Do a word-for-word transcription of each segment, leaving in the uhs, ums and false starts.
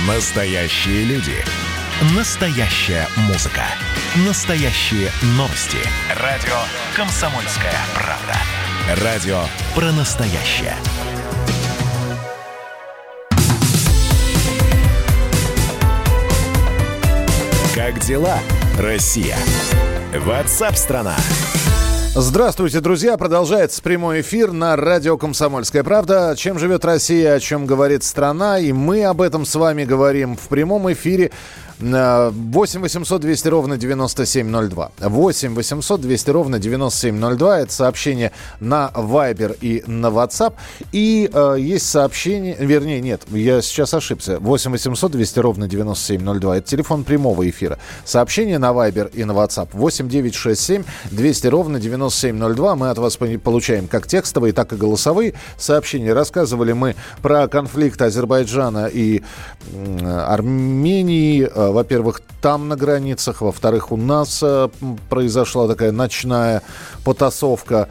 Настоящие люди. Настоящая музыка. Настоящие новости. Радио «Комсомольская правда». Радио про настоящее. Как дела, Россия? Ватсап-страна! Здравствуйте, друзья! Продолжается прямой эфир на радио «Комсомольская правда». Чем живет Россия, о чем говорит страна. И мы об этом с вами говорим в прямом эфире. восемь восемьсот двести ровно девяносто семь ноль два. восемь восемьсот двести ровно девяносто семь ноль два. Это сообщение на Viber и на WhatsApp. И э, есть сообщение... Вернее, нет, я сейчас ошибся. восемь восемьсот двести ровно девяносто семь ноль два. Это телефон прямого эфира. Сообщение на Viber и на WhatsApp. восемь девятьсот шестьдесят семь двести ровно девяносто семь ноль два. Мы от вас получаем как текстовые, так и голосовые сообщения. Рассказывали мы про конфликт Азербайджана и э, Армении. Во-первых, там на границах. Во-вторых, у нас э, произошла такая ночная потасовка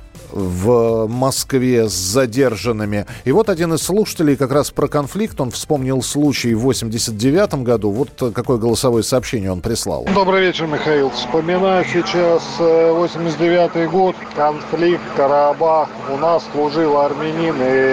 в Москве с задержанными. И вот один из слушателей как раз про конфликт. Он вспомнил случай в восемьдесят девятом году. Вот какое голосовое сообщение он прислал. Добрый вечер, Михаил. Вспоминаю сейчас восемьдесят девятый год. Конфликт, Карабах. У нас служил армянин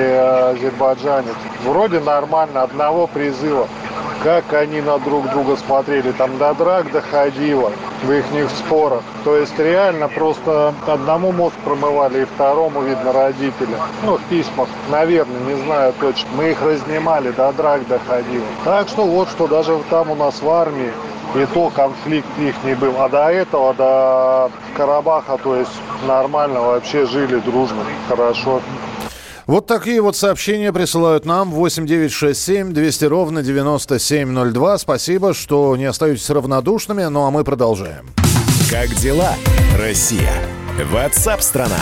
и азербайджанец. Вроде нормально, одного призыва. Как они на друг друга смотрели, там до драк доходило в их спорах. То есть реально просто одному мозг промывали и второму, видно, родители. Ну, в письмах, наверное, не знаю точно. Мы их разнимали, до драк доходило. Так что вот что, даже там у нас в армии и то конфликт их не был. А до этого, до Карабаха, то есть нормально вообще жили дружно, хорошо. Вот такие вот сообщения присылают нам. восемь девятьсот шестьдесят семь двести ровно девяносто семь ноль два. Спасибо, что не остаетесь равнодушными. Ну а мы продолжаем. Как дела, Россия? Ватсап-страна!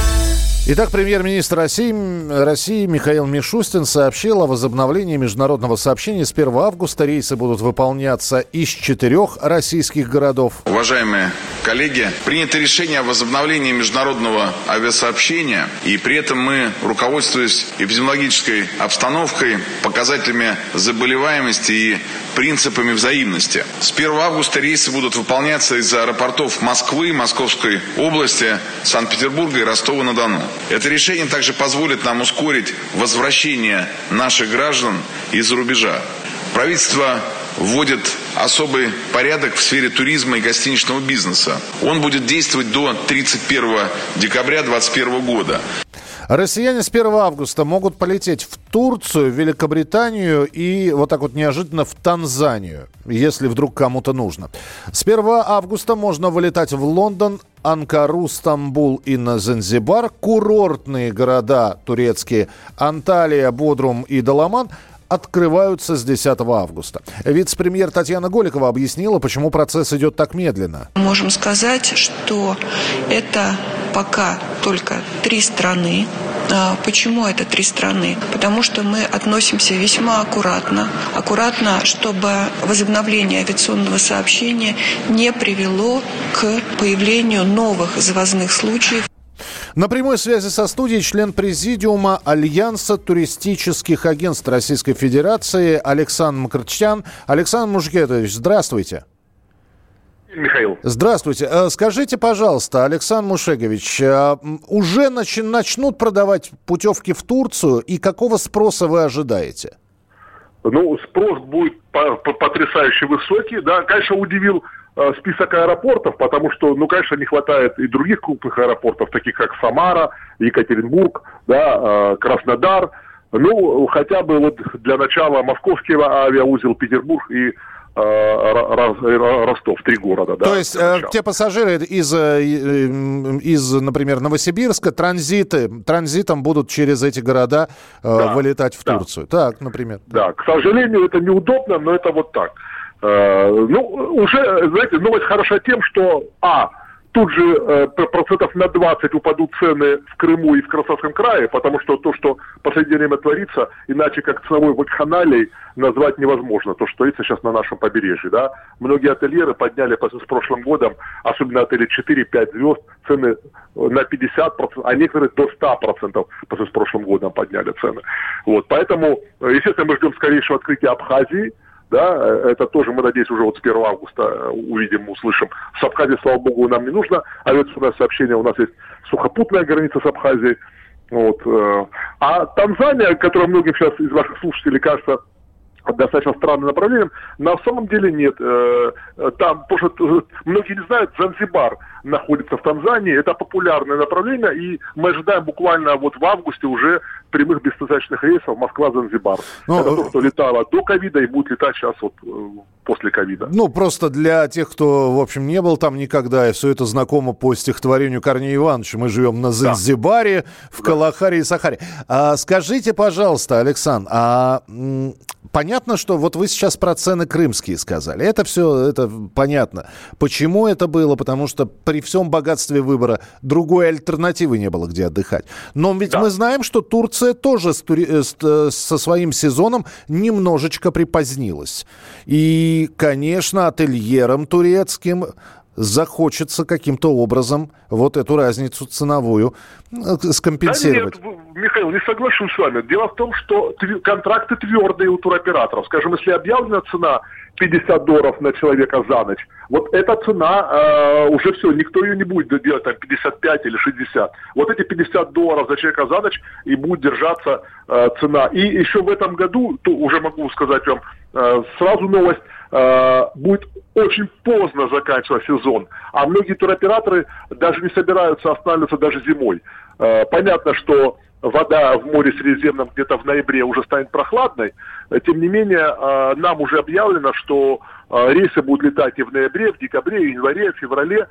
Итак, премьер-министр России, России Михаил Мишустин сообщил о возобновлении международного сообщения. С первого августа рейсы будут выполняться из четырех российских городов. Уважаемые коллеги, принято решение о возобновлении международного авиасообщения. И при этом мы, руководствуясь эпидемиологической обстановкой, показателями заболеваемости и принципами взаимности. С первого августа рейсы будут выполняться из аэропортов Москвы, Московской области, Санкт-Петербурга и Ростова-на-Дону. Это решение также позволит нам ускорить возвращение наших граждан из-за рубежа. Правительство вводит особый порядок в сфере туризма и гостиничного бизнеса. Он будет действовать до тридцать первого декабря две тысячи двадцать первого года. Россияне с первого августа могут полететь в Турцию, Великобританию и вот так вот неожиданно в Танзанию, если вдруг кому-то нужно. С первого августа можно вылетать в Лондон, Анкару, Стамбул и на Занзибар. Курортные города турецкие Анталия, Бодрум и Даламан открываются с десятого августа. Вице-премьер Татьяна Голикова объяснила, почему процесс идет так медленно. Можем сказать, что это пока только три страны. Почему это три страны? Потому что мы относимся весьма аккуратно. Аккуратно, чтобы возобновление авиационного сообщения не привело к появлению новых завозных случаев. На прямой связи со студией член президиума Альянса туристических агентств Российской Федерации Александр Мкртчян. Александр Мушкетович, здравствуйте. Михаил. Здравствуйте. Скажите, пожалуйста, Александр Мушегович, уже нач- начнут продавать путевки в Турцию, и какого спроса вы ожидаете? Ну, спрос будет потрясающе высокий. Да, конечно, удивил э, список аэропортов, потому что, ну, конечно, не хватает и других крупных аэропортов, таких как Самара, Екатеринбург, да, э, Краснодар. Ну, хотя бы вот для начала московский авиаузел, Петербург и Ростов, три города. Да, то есть э, те пассажиры из, из, например, Новосибирска транзиты, транзитом будут через эти города э, да, вылетать в да. Турцию. Так, например. Да, к сожалению, это неудобно, но это вот так. Э, ну, уже, знаете, новость хороша тем, что, а, тут же э, процентов на двадцать упадут цены в Крыму и в Краснодарском крае, потому что то, что в последнее время творится, иначе как ценовой вакханалией назвать невозможно. То, что творится сейчас на нашем побережье. Да? Многие ательеры подняли с прошлым годом, особенно отели четыре-пять звезд, цены на пятьдесят процентов, а некоторые до ста процентов с прошлым годом подняли цены. Вот, поэтому, естественно, мы ждем скорейшего открытия Абхазии. да, это тоже, мы, надеюсь, уже вот с первого августа увидим, услышим. С Абхазией, слава богу, нам не нужно авиационное сообщение, у нас есть сухопутная граница с Абхазией. Вот. А Танзания, которая многим сейчас из ваших слушателей кажется достаточно странным направлением, на самом деле нет. Там, потому что многие не знают, Занзибар находится в Танзании, это популярное направление, и мы ожидаем буквально вот в августе уже прямых беспосадочных рейсов Москва-Занзибар. Ну, это то, что летало до ковида и будет летать сейчас вот после ковида. Ну, просто для тех, кто, в общем, не был там никогда, и все это знакомо по стихотворению Корнея Ивановича. Мы живем на Занзибаре, да. в Калахаре и Сахаре. А, скажите, пожалуйста, Александр, а м- понятно, что вот вы сейчас про цены крымские сказали. Это все, это понятно. Почему это было? Потому что при всем богатстве выбора другой альтернативы не было, где отдыхать. Но ведь да. мы знаем, что Турция тоже с тури... с... со своим сезоном немножечко припозднилась. И, конечно, ательерам турецким захочется каким-то образом вот эту разницу ценовую скомпенсировать. Да нет, Михаил, не соглашусь с вами. Дело в том, что тв... контракты твердые у туроператоров. Скажем, если объявлена цена пятьдесят долларов на человека за ночь, вот эта цена э, уже все, никто ее не будет делать там пятьдесят пять или шестьдесят. Вот эти пятьдесят долларов за человека за ночь и будет держаться э, цена. И еще в этом году, то уже могу сказать вам э, сразу новость, э, будет очень поздно заканчивать сезон. А многие туроператоры даже не собираются останавливаться даже зимой. Э, понятно, что вода в море Средиземном где-то в ноябре уже станет прохладной. Тем не менее, нам уже объявлено, что рейсы будут летать и в ноябре, в декабре, и в январе, в феврале.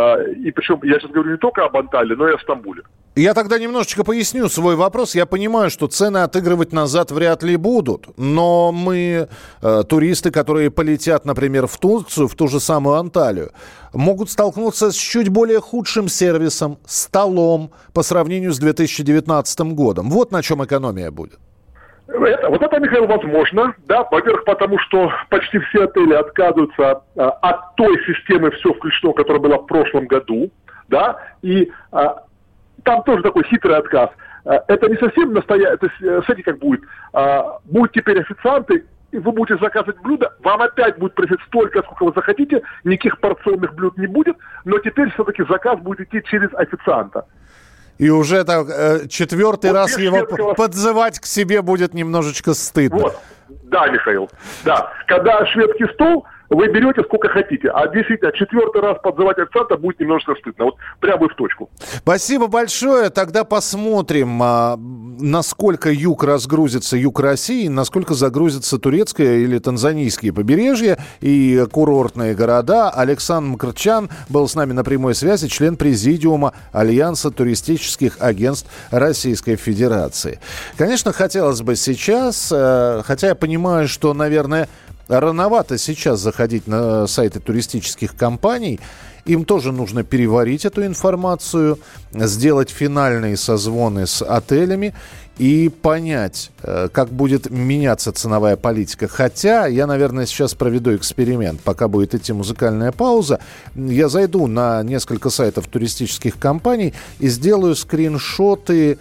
И причем я сейчас говорю не только об Анталии, но и о Стамбуле. Я тогда немножечко поясню свой вопрос. Я понимаю, что цены отыгрывать назад вряд ли будут. Но мы, э, туристы, которые полетят, например, в Турцию, в ту же самую Анталию, могут столкнуться с чуть более худшим сервисом, столом по сравнению с две тысячи девятнадцатым годом. Вот на чем экономия будет. Это, вот это, Михаил, возможно, да, во-первых, потому что почти все отели отказываются а, от той системы «все включено», которая была в прошлом году, да, и а, там тоже такой хитрый отказ. А, это не совсем настоящее, то есть, смотрите, как будет, а, будут теперь официанты, и вы будете заказывать блюдо, вам опять будет просить столько, сколько вы захотите, никаких порционных блюд не будет, но теперь все-таки заказ будет идти через официанта. И уже так, э, четвертый вот раз его шведского... подзывать к себе будет немножечко стыдно. Вот. Да, Михаил. Да. Когда шведский стол, вы берете сколько хотите. А действительно, четвертый раз подзывать официанта будет немножко стыдно. Вот прямо в точку. Спасибо большое. Тогда посмотрим, а, насколько юг разгрузится, юг России, насколько загрузится турецкое или танзанийские побережья и курортные города. Александр Мкртчян был с нами на прямой связи, член президиума Альянса туристических агентств Российской Федерации. Конечно, хотелось бы сейчас, хотя я понимаю, что, наверное, рановато сейчас заходить на сайты туристических компаний. Им тоже нужно переварить эту информацию, сделать финальные созвоны с отелями и понять, как будет меняться ценовая политика. Хотя я, наверное, сейчас проведу эксперимент. Пока будет идти музыкальная пауза, я зайду на несколько сайтов туристических компаний и сделаю скриншоты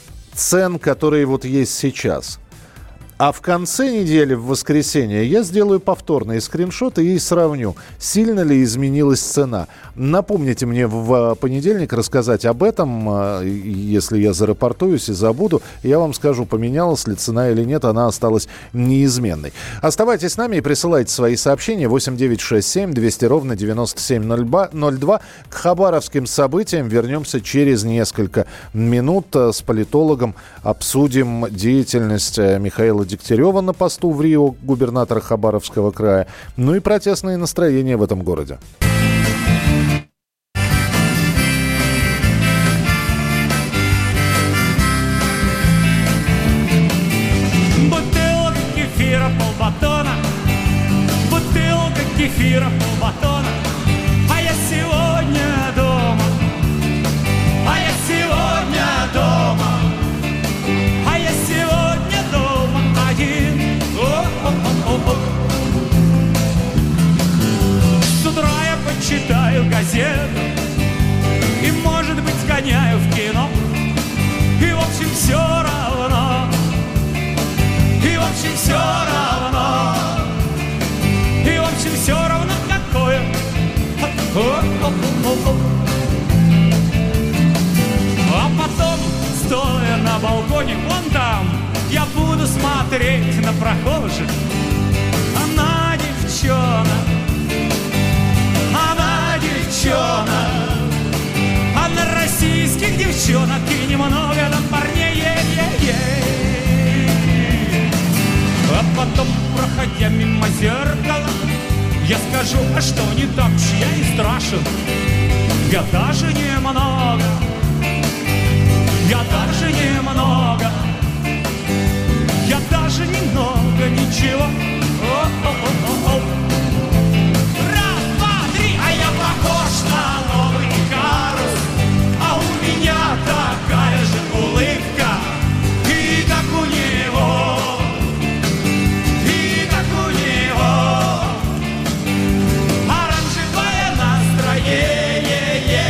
цен, которые вот есть сейчас. А в конце недели, в воскресенье, я сделаю повторные скриншоты и сравню, сильно ли изменилась цена. Напомните мне в понедельник рассказать об этом, если я зарапортуюсь и забуду. Я вам скажу, поменялась ли цена или нет, она осталась неизменной. Оставайтесь с нами и присылайте свои сообщения восемь девятьсот шестьдесят семь двести ровно девяносто семь ноль два. К хабаровским событиям вернемся через несколько минут. С политологом обсудим деятельность Михаила Дегтярева на посту в Рио, губернатора Хабаровского края, ну и протестные настроения в этом городе. Бутылка кефира полбатона, бутылка кефира полбатона, а я сегодня дома, а я сегодня дома. С утра я почитаю газету и, может быть, сгоняю в кино. И, в общем, все равно, и, в общем, все равно. смотреть на прохожих. Она девчонок, она девчонок, а на российских девчонок и немного там парней. А потом, проходя мимо зеркала, я скажу, а что не так уж я и страшен. Я даже немного, я даже немного, я даже немного ничего. О-о-о-о-о. Раз, два, три, а я похож на новый карус, а у меня такая же улыбка, и как у него, и как у него оранжевое настроение.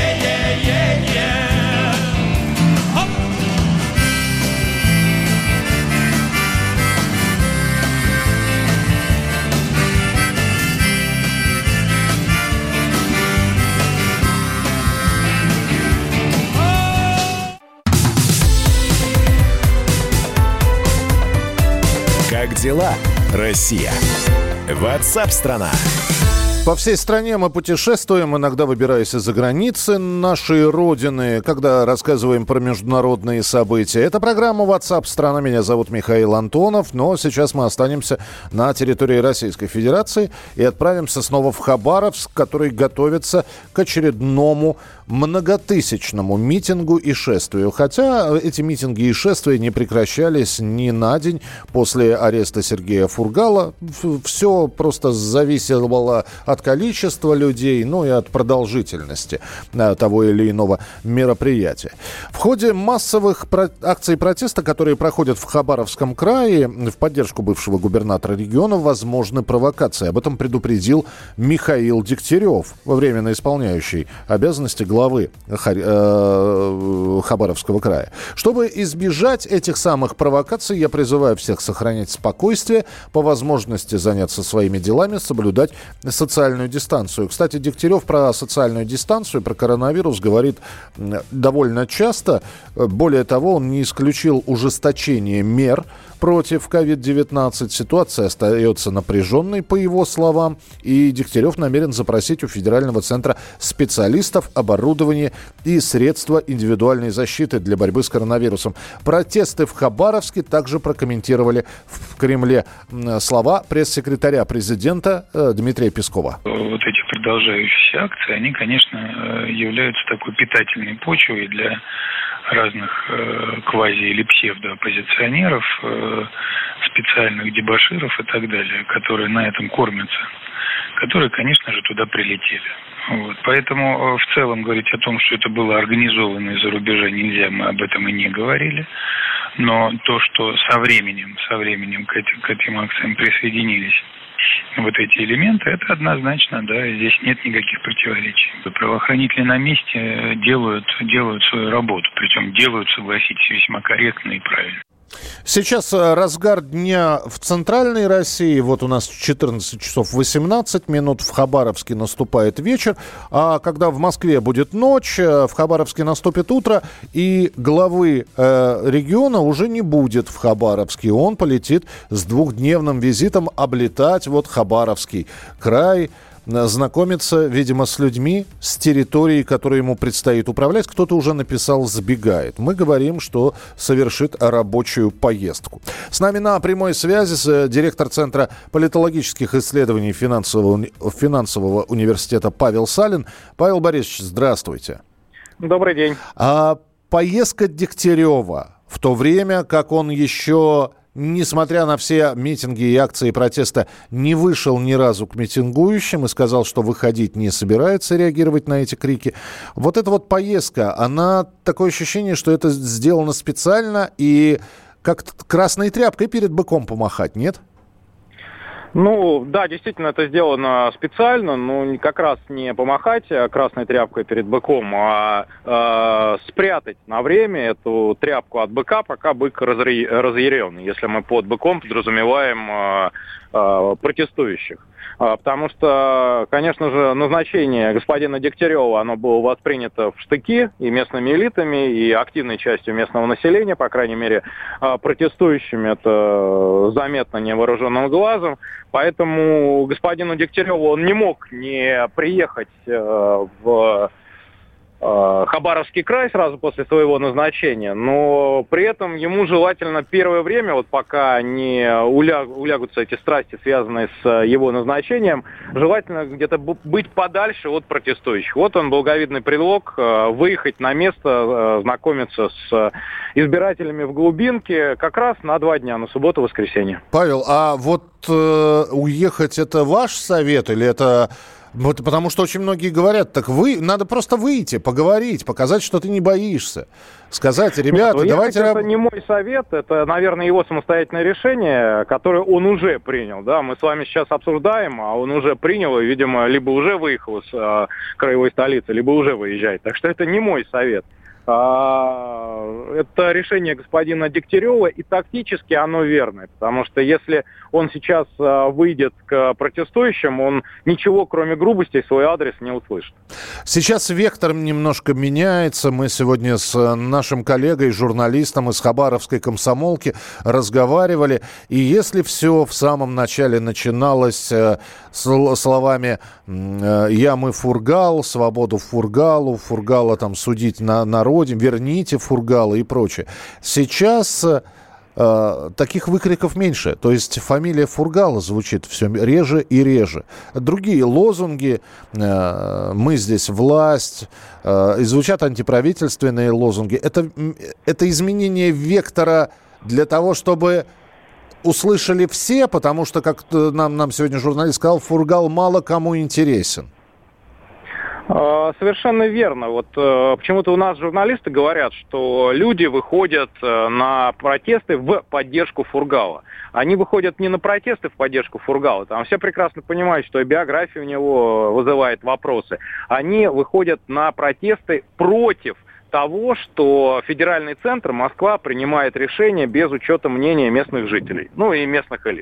Как дела, Россия? WhatsApp-страна. По всей стране мы путешествуем, иногда выбираясь из-за границы нашей родины, когда рассказываем про международные события. Это программа WhatsApp страна. Меня зовут Михаил Антонов, но сейчас мы останемся на территории Российской Федерации и отправимся снова в Хабаровск, который готовится к очередному многотысячному митингу и шествию. Хотя эти митинги и шествия не прекращались ни на день после ареста Сергея Фургала. Все просто зависело от количества людей, ну и от продолжительности того или иного мероприятия. В ходе массовых про- акций протеста, которые проходят в Хабаровском крае в поддержку бывшего губернатора региона, возможны провокации. Об этом предупредил Михаил Дегтярев, временно исполняющий обязанности главы Хабаровского края. Чтобы избежать этих самых провокаций, я призываю всех сохранять спокойствие, по возможности заняться своими делами, соблюдать социальную дистанцию. Кстати, Дегтярев про социальную дистанцию, про коронавирус говорит довольно часто. Более того, он не исключил ужесточение мер против ковид девятнадцать. Ситуация остается напряженной, по его словам, и Дегтярев намерен запросить у Федерального центра специалистов, оборудование и средства индивидуальной защиты для борьбы с коронавирусом. Протесты в Хабаровске также прокомментировали в Кремле слова пресс-секретаря президента Дмитрия Пескова. Вот эти продолжающиеся акции, они, конечно, являются такой питательной почвой для разных э, квази- или псевдооппозиционеров, э, специальных дебоширов и так далее, которые на этом кормятся, которые, конечно же, туда прилетели. Вот. Поэтому э, в целом говорить о том, что это было организовано из-за рубежа, нельзя, мы об этом и не говорили. Но то, что со временем, со временем к этим, к этим акциям присоединились вот эти элементы, это однозначно, да, здесь нет никаких противоречий. Правоохранители на месте делают, делают свою работу, причем делают, согласитесь, весьма корректно и правильно. Сейчас разгар дня в центральной России. Вот у нас четырнадцать часов восемнадцать минут. В Хабаровске наступает вечер. А когда в Москве будет ночь, в Хабаровске наступит утро. И главы э, региона уже не будет в Хабаровске. Он полетит с двухдневным визитом облетать вот Хабаровский край, знакомиться, видимо, с людьми, с территорией, которой ему предстоит управлять. Кто-то уже написал «сбегает». Мы говорим, что совершит рабочую поездку. С нами на прямой связи с директор Центра политологических исследований финансового, финансового университета Павел Салин. Павел Борисович, здравствуйте. Добрый день. А поездка Дегтярева в то время, как он еще, несмотря на все митинги и акции протеста, не вышел ни разу к митингующим и сказал, что выходить не собирается, реагировать на эти крики. Вот эта вот поездка, она, такое ощущение, что это сделано специально и как красной тряпкой перед быком помахать, нет? Ну, да, действительно, это сделано специально, но как раз не помахать красной тряпкой перед быком, а э, спрятать на время эту тряпку от быка, пока бык разъярен, если мы под быком подразумеваем э, э, протестующих. Потому что, конечно же, назначение господина Дегтярева, оно было воспринято в штыки и местными элитами, и активной частью местного населения, по крайней мере, протестующими, это заметно невооруженным глазом. Поэтому господину Дегтяреву он не мог не приехать в Хабаровский край сразу после своего назначения, но при этом ему желательно первое время, вот пока не уляг, улягутся эти страсти, связанные с его назначением, желательно где-то быть подальше от протестующих. Вот он, благовидный предлог, выехать на место, знакомиться с избирателями в глубинке как раз на два дня, на субботу и воскресенье. Павел, а вот э, уехать это ваш совет или это... Вот, потому что очень многие говорят, так вы, надо просто выйти, поговорить, показать, что ты не боишься. Сказать, ребята, Нет, давайте... Это не мой совет, это, наверное, его самостоятельное решение, которое он уже принял. Да? Мы с вами сейчас обсуждаем, а он уже принял и, видимо, либо уже выехал с э, краевой столицы, либо уже выезжает. Так что это не мой совет. Это решение господина Дегтярева, и тактически оно верное, потому что если он сейчас выйдет к протестующим, он ничего, кроме грубости, в свой адрес не услышит. Сейчас вектор немножко меняется. Мы сегодня с нашим коллегой, журналистом из Хабаровской комсомолки разговаривали. И если все в самом начале начиналось словами «я, мы, Фургал», «свободу Фургалу», «Фургала там судить на народе», «верните Фургала» и прочее. Сейчас э, таких выкриков меньше. То есть фамилия Фургала звучит все реже и реже. Другие лозунги, э, «мы здесь власть», э, и звучат антиправительственные лозунги. Это, это изменение вектора для того, чтобы услышали все, потому что, как нам, нам сегодня журналист сказал, Фургал мало кому интересен. Совершенно верно. Вот почему-то у нас журналисты говорят, что люди выходят на протесты в поддержку Фургала. Они выходят не на протесты в поддержку Фургала, там все прекрасно понимают, что и биография у него вызывает вопросы. Они выходят на протесты против того, что федеральный центр Москва принимает решения без учета мнения местных жителей, ну и местных элит.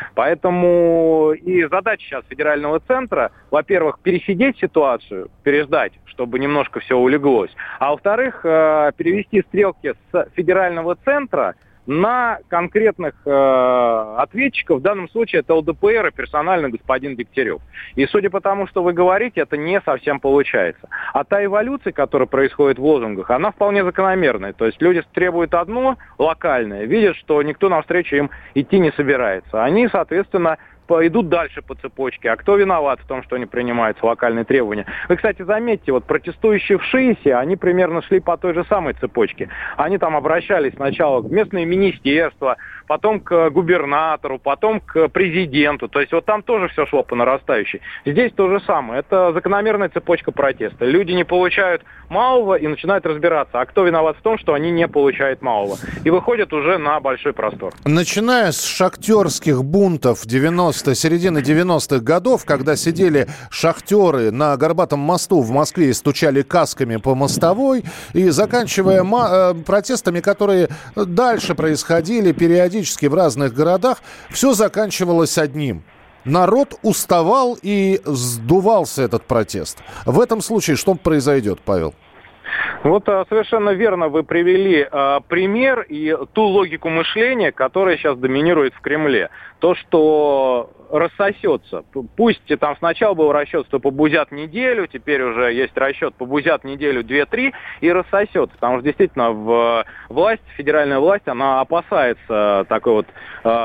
Поэтому и задача сейчас федерального центра, во-первых, пересидеть ситуацию, переждать, чтобы немножко все улеглось, а во-вторых, перевести стрелки с федерального центра на конкретных э, ответчиков, в данном случае это ЛДПР и персонально господин Дегтярев. И судя по тому, что вы говорите, это не совсем получается. А та эволюция, которая происходит в лозунгах, она вполне закономерная. То есть люди требуют одно локальное, видят, что никто навстречу им идти не собирается. Они, соответственно, идут дальше по цепочке. А кто виноват в том, что не принимаются локальные требования? Вы, кстати, заметьте, вот протестующие в ШИИСе, они примерно шли по той же самой цепочке. Они там обращались сначала к местные министерства, потом к губернатору, потом к президенту. То есть вот там тоже все шло по нарастающей. Здесь то же самое. Это закономерная цепочка протеста. Люди не получают малого и начинают разбираться, а кто виноват в том, что они не получают малого. И выходят уже на большой простор. Начиная с шахтерских бунтов девяностых, середины девяностых годов, когда сидели шахтеры на Горбатом мосту в Москве и стучали касками по мостовой, и заканчивая ма- протестами, которые дальше происходили периодически в разных городах, все заканчивалось одним. Народ уставал и сдувался этот протест. В этом случае что произойдет, Павел? Вот совершенно верно вы привели э, пример и ту логику мышления, которая сейчас доминирует в Кремле. То, что рассосется. Пусть там сначала был расчет, что побузят неделю, теперь уже есть расчет, побузят неделю, две-три, и рассосется. Потому что действительно в власть, федеральная власть, она опасается такой вот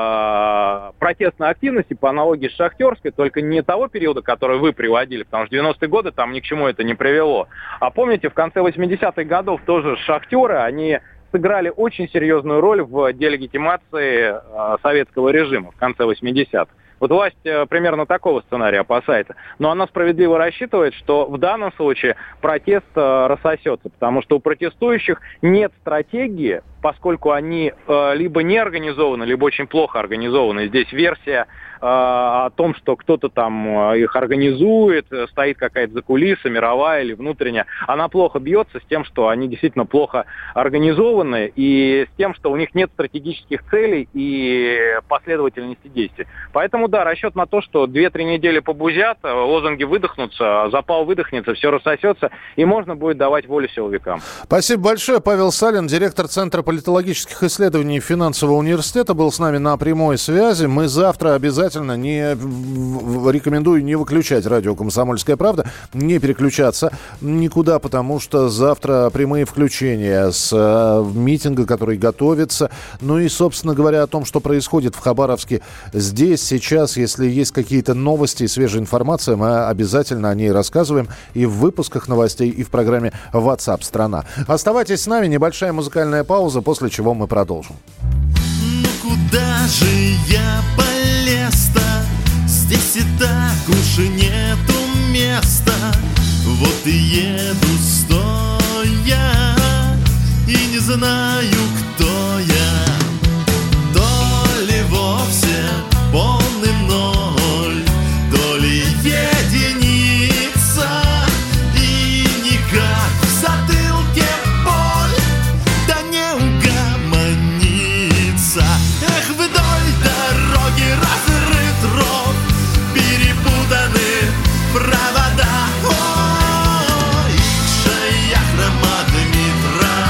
э, протестной активности по аналогии с шахтерской, только не того периода, который вы приводили, потому что девяностые годы там ни к чему это не привело. А помните, в конце восьмидесятых годов тоже шахтеры, они сыграли очень серьезную роль в делегитимации э, советского режима в конце восьмидесятых. Вот власть э, примерно такого сценария опасается. Но она справедливо рассчитывает, что в данном случае протест э, рассосется, потому что у протестующих нет стратегии поскольку они э, либо не организованы, либо очень плохо организованы. Здесь версия э, о том, что кто-то там их организует, стоит какая-то закулиса, мировая или внутренняя, она плохо бьется с тем, что они действительно плохо организованы, и с тем, что у них нет стратегических целей и последовательности действий. Поэтому, да, расчет на то, что две-три недели побузят, лозунги выдохнутся, запал выдохнется, все рассосется, и можно будет давать волю силовикам. Спасибо большое. Павел Салин, директор Центра политологических исследований финансового университета, был с нами на прямой связи. Мы завтра обязательно, не рекомендую не выключать радио «Комсомольская правда», не переключаться никуда, потому что завтра прямые включения с митинга, который готовится. Ну и, собственно говоря, о том, что происходит в Хабаровске здесь, сейчас. Если есть какие-то новости и свежая информация, мы обязательно о ней рассказываем и в выпусках новостей, и в программе WhatsApp страна. Оставайтесь с нами, небольшая музыкальная пауза, после чего мы продолжим. Ну куда же я полез-то? Здесь и так уж и нету места. Вот и еду стоя, и не знаю, кто я. То ли вовсе полный ноль, то ли единица, и никак в затылке боль, да не угомонится. Эх, вдоль дороги разрыт ров, перепутаны провода. Ой, шеях Рома Дмитра,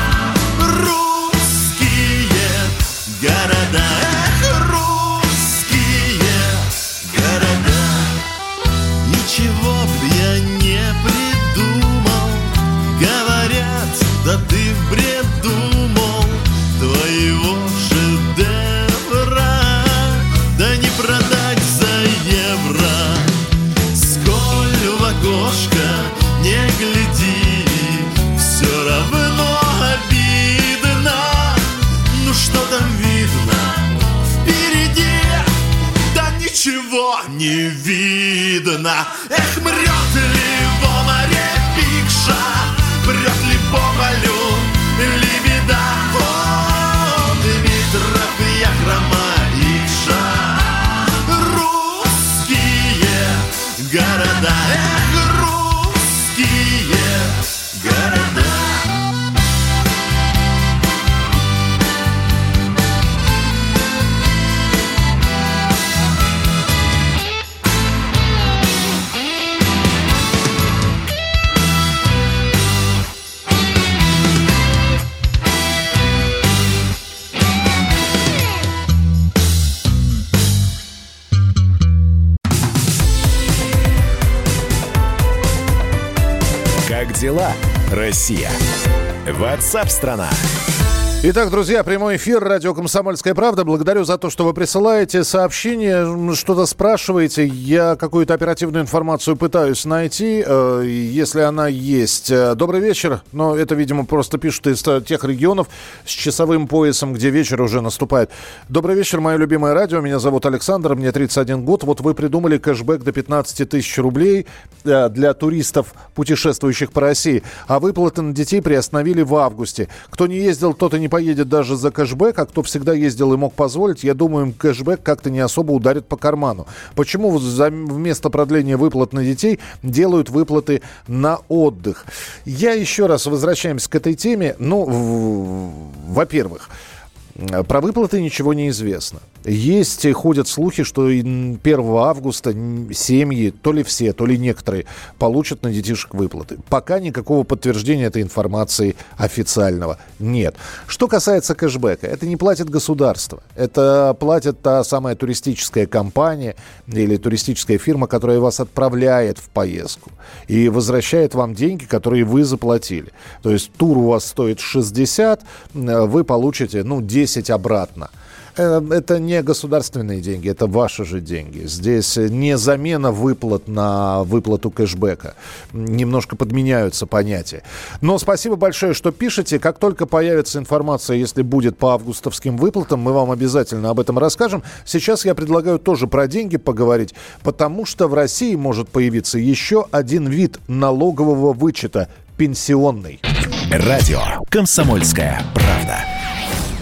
русские города. Эх, русские города. Ничего б я не придумал, говорят, да ты в бреду, мол, твоего шедевра да не продать за евро. Сколь в окошко не гляди, все равно обидно. Ну что там видно впереди? Да ничего не видно. Эх, мрет ли во море пикша, прет ли по полю лебеда. О, Дмитров, Яхрома, Икша, русские города. Эх, русские города. Как дела, Россия? WhatsApp-страна. Итак, друзья, прямой эфир, радио «Комсомольская правда». Благодарю за то, что вы присылаете сообщения, что-то спрашиваете. Я какую-то оперативную информацию пытаюсь найти, если она есть. Добрый вечер. Но это, видимо, просто пишут из тех регионов с часовым поясом, где вечер уже наступает. Добрый вечер, мое любимое радио. Меня зовут Александр, мне тридцать один год. Вот вы придумали кэшбэк до пятнадцать тысяч рублей для туристов, путешествующих по России. А выплаты на детей приостановили в августе. Кто не ездил, тот и не поедет даже за кэшбэк, а кто всегда ездил и мог позволить, я думаю, кэшбэк как-то не особо ударит по карману. Почему вместо продления выплат на детей делают выплаты на отдых? Я еще раз возвращаемся к этой теме. Ну, во-первых, про выплаты ничего не известно. Есть, ходят слухи, что первого августа семьи, то ли все, то ли некоторые, получат на детишек выплаты. Пока никакого подтверждения этой информации официального нет. Что касается кэшбэка, это не платит государство. Это платит та самая туристическая компания или туристическая фирма, которая вас отправляет в поездку и возвращает вам деньги, которые вы заплатили. То есть тур у вас стоит шестьдесят, вы получите, ну, десять обратно. Это не государственные деньги, это ваши же деньги. Здесь не замена выплат на выплату кэшбэка. Немножко подменяются понятия. Но спасибо большое, что пишете. Как только появится информация, если будет по августовским выплатам, мы вам обязательно об этом расскажем. Сейчас я предлагаю тоже про деньги поговорить, потому что в России может появиться еще один вид налогового вычета – пенсионный. Радио «Комсомольская правда».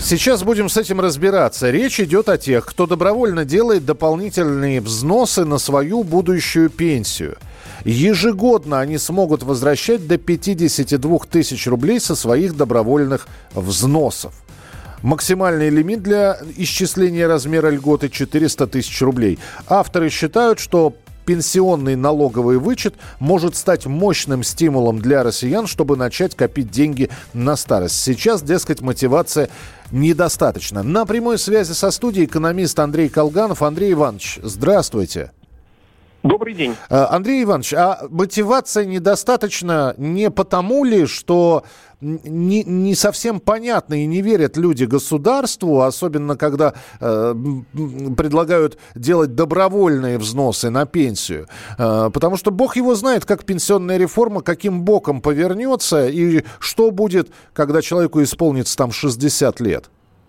Сейчас будем с этим разбираться. Речь идет о тех, кто добровольно делает дополнительные взносы на свою будущую пенсию. Ежегодно они смогут возвращать до пятьдесят два тысяч рублей со своих добровольных взносов. Максимальный лимит для исчисления размера льготы четыреста тысяч рублей. Авторы считают, что пенсионный налоговый вычет может стать мощным стимулом для россиян, чтобы начать копить деньги на старость. Сейчас, дескать, мотивация недостаточно. На прямой связи со студией экономист Андрей Колганов. Андрей Иванович, здравствуйте. Добрый день. Андрей Иванович, а мотивация недостаточно не потому ли, что не, не совсем понятно и не верят люди государству, особенно когда э, предлагают делать добровольные взносы на пенсию. Э, потому что бог его знает, как пенсионная реформа, каким боком повернется и что будет, когда человеку исполнится там шестьдесят лет.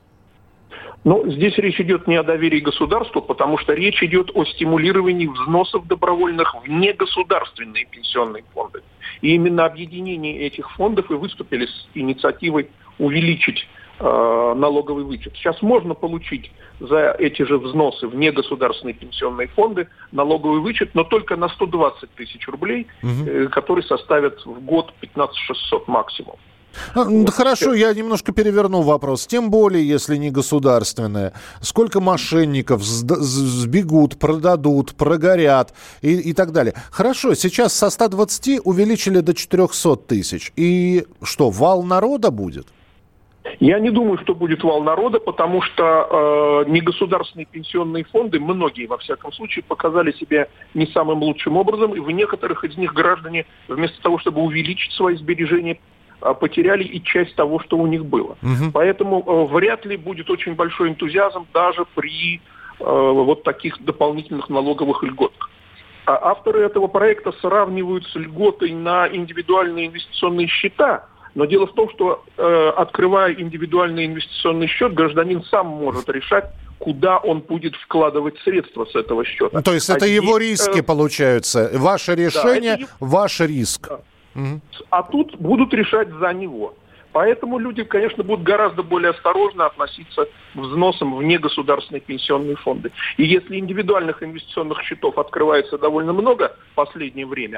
Но здесь речь идет не о доверии государству, потому что речь идет о стимулировании взносов добровольных в негосударственные пенсионные фонды. И именно объединение этих фондов и выступили с инициативой увеличить э, налоговый вычет. Сейчас можно получить за эти же взносы в негосударственные пенсионные фонды налоговый вычет, но только на сто двадцать тысяч рублей, угу. э, который составит в год пятнадцать тысяч шестьсот максимум. А, вот хорошо, все. Я немножко переверну вопрос. Тем более, если не государственное. Сколько мошенников сбегут, продадут, прогорят и, и так далее. Хорошо, сейчас со ста двадцати увеличили до четырехсот тысяч. И что, вал народа будет? Я не думаю, что будет вал народа, потому что э, негосударственные пенсионные фонды, многие, во всяком случае, показали себя не самым лучшим образом. И в некоторых из них граждане, вместо того, чтобы увеличить свои сбережения, потеряли и часть того, что у них было. Угу. Поэтому э, вряд ли будет очень большой энтузиазм даже при э, вот таких дополнительных налоговых льготах. А авторы этого проекта сравнивают с льготой на индивидуальные инвестиционные счета. Но дело в том, что э, открывая индивидуальный инвестиционный счет, гражданин сам может решать, куда он будет вкладывать средства с этого счета. Ну, то есть а это здесь, его риски э... получаются. Ваше решение, да, ваш риск. Да. Угу. А тут будут решать за него. Поэтому люди, конечно, будут гораздо более осторожно относиться к взносам в негосударственные пенсионные фонды. И если индивидуальных инвестиционных счетов открывается довольно много в последнее время,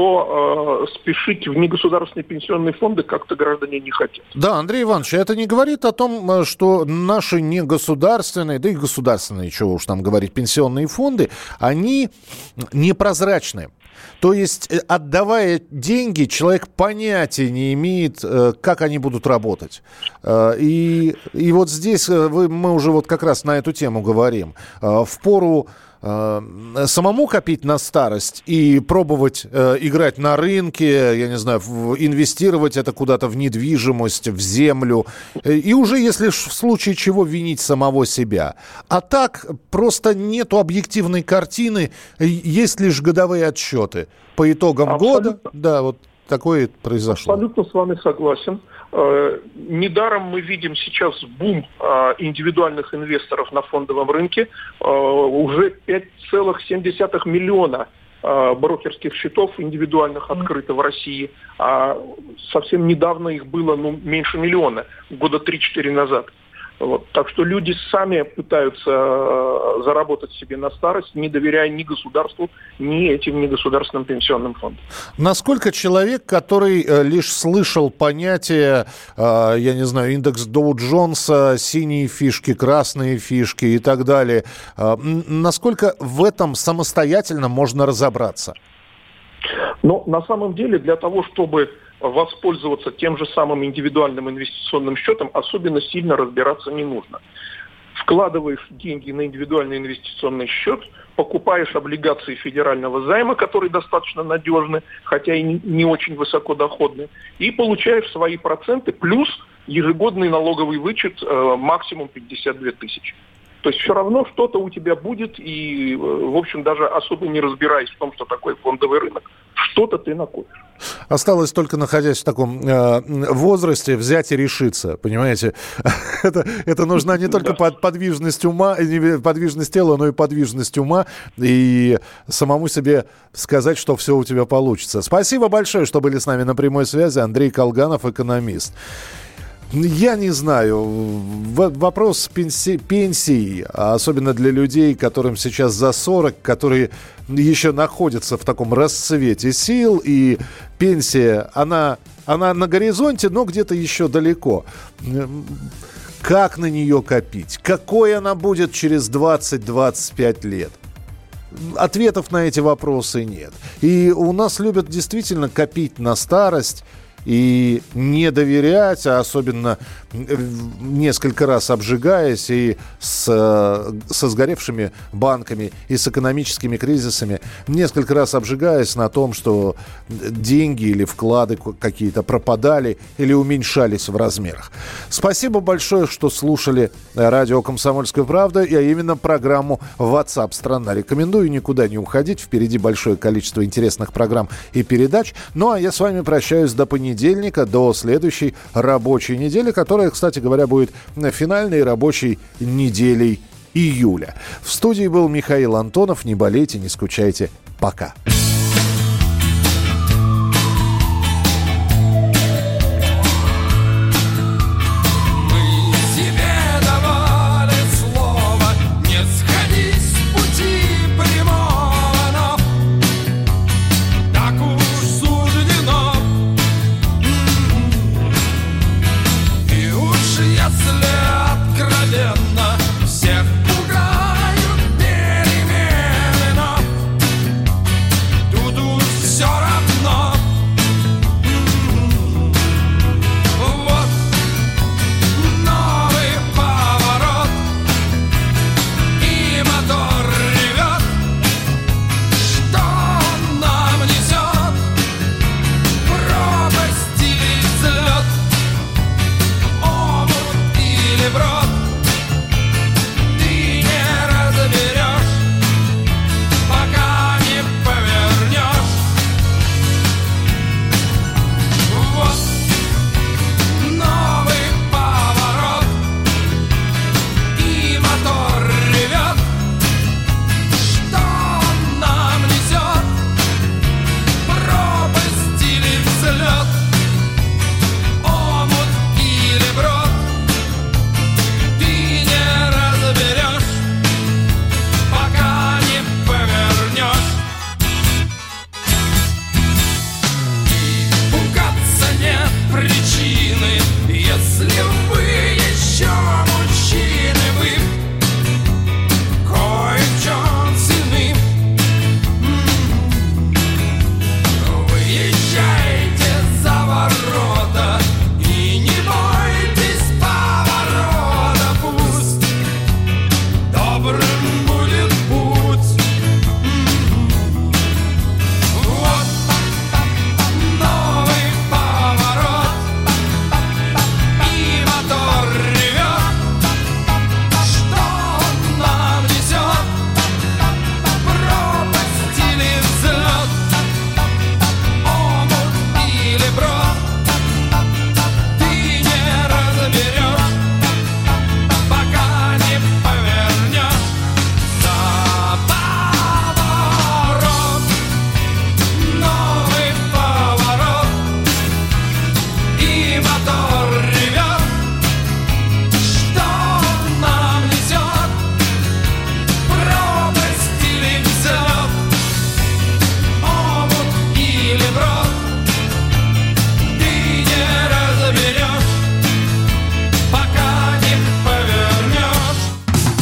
то э, спешить в негосударственные пенсионные фонды как-то граждане не хотят. Да, Андрей Иванович, это не говорит о том, что наши негосударственные, да и государственные, чего уж там говорить, пенсионные фонды, они непрозрачны. То есть, отдавая деньги, человек понятия не имеет, как они будут работать. И, и вот здесь вы, мы уже вот как раз на эту тему говорим. Впору самому копить на старость и пробовать э, играть на рынке, я не знаю, в, инвестировать это куда-то в недвижимость, в землю, и уже, если в случае чего, винить самого себя. А так просто нету объективной картины, есть лишь годовые отчеты по итогам Абсолютно. года. Да, вот такое произошло. Абсолютно с вами согласен. Недаром мы видим сейчас бум индивидуальных инвесторов на фондовом рынке. Уже пять целых семь десятых миллиона брокерских счетов индивидуальных открыто в России. А совсем недавно их было ну, меньше миллиона, года три-четыре назад. Вот. Так что люди сами пытаются э, заработать себе на старость, не доверяя ни государству, ни этим негосударственным пенсионным фондам. Насколько человек, который э, лишь слышал понятие, э, я не знаю, индекс Доу-Джонса, синие фишки, красные фишки и так далее, э, насколько в этом самостоятельно можно разобраться? Но на самом деле для того, чтобы воспользоваться тем же самым индивидуальным инвестиционным счетом, особенно сильно разбираться не нужно. Вкладываешь деньги на индивидуальный инвестиционный счет, покупаешь облигации федерального займа, которые достаточно надежны, хотя и не очень высокодоходны, и получаешь свои проценты плюс ежегодный налоговый вычет э, максимум пятьдесят две тысячи. То есть все равно что-то у тебя будет, и, в общем, даже особо не разбираясь в том, что такое фондовый рынок, что-то ты накопишь. Осталось только, находясь в таком э, возрасте, взять и решиться, понимаете? это, это нужна не только под, подвижность ума, не подвижность тела, но и подвижность ума, и самому себе сказать, что все у тебя получится. Спасибо большое, что были с нами на прямой связи. Андрей Колганов, экономист. Я не знаю. Вопрос пенсий, пенсий, особенно для людей, которым сейчас за сорок, которые еще находятся в таком расцвете сил, и пенсия, она, она на горизонте, но где-то еще далеко. Как на нее копить? Какой она будет через двадцать-двадцать пять лет? Ответов на эти вопросы нет. И у нас любят действительно копить на старость и не доверять, а особенно несколько раз обжигаясь и с, со сгоревшими банками и с экономическими кризисами, несколько раз обжигаясь на том, что деньги или вклады какие-то пропадали или уменьшались в размерах. Спасибо большое, что слушали радио «Комсомольская правда», а именно программу WhatsApp страна. Рекомендую никуда не уходить. Впереди большое количество интересных программ и передач. Ну, а я с вами прощаюсь до понедельника. До следующей рабочей недели, которая, кстати говоря, будет финальной рабочей неделей июля. В студии был Михаил Антонов. Не болейте, не скучайте. Пока.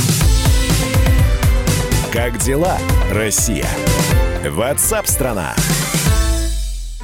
Как дела, Россия? WhatsApp страна.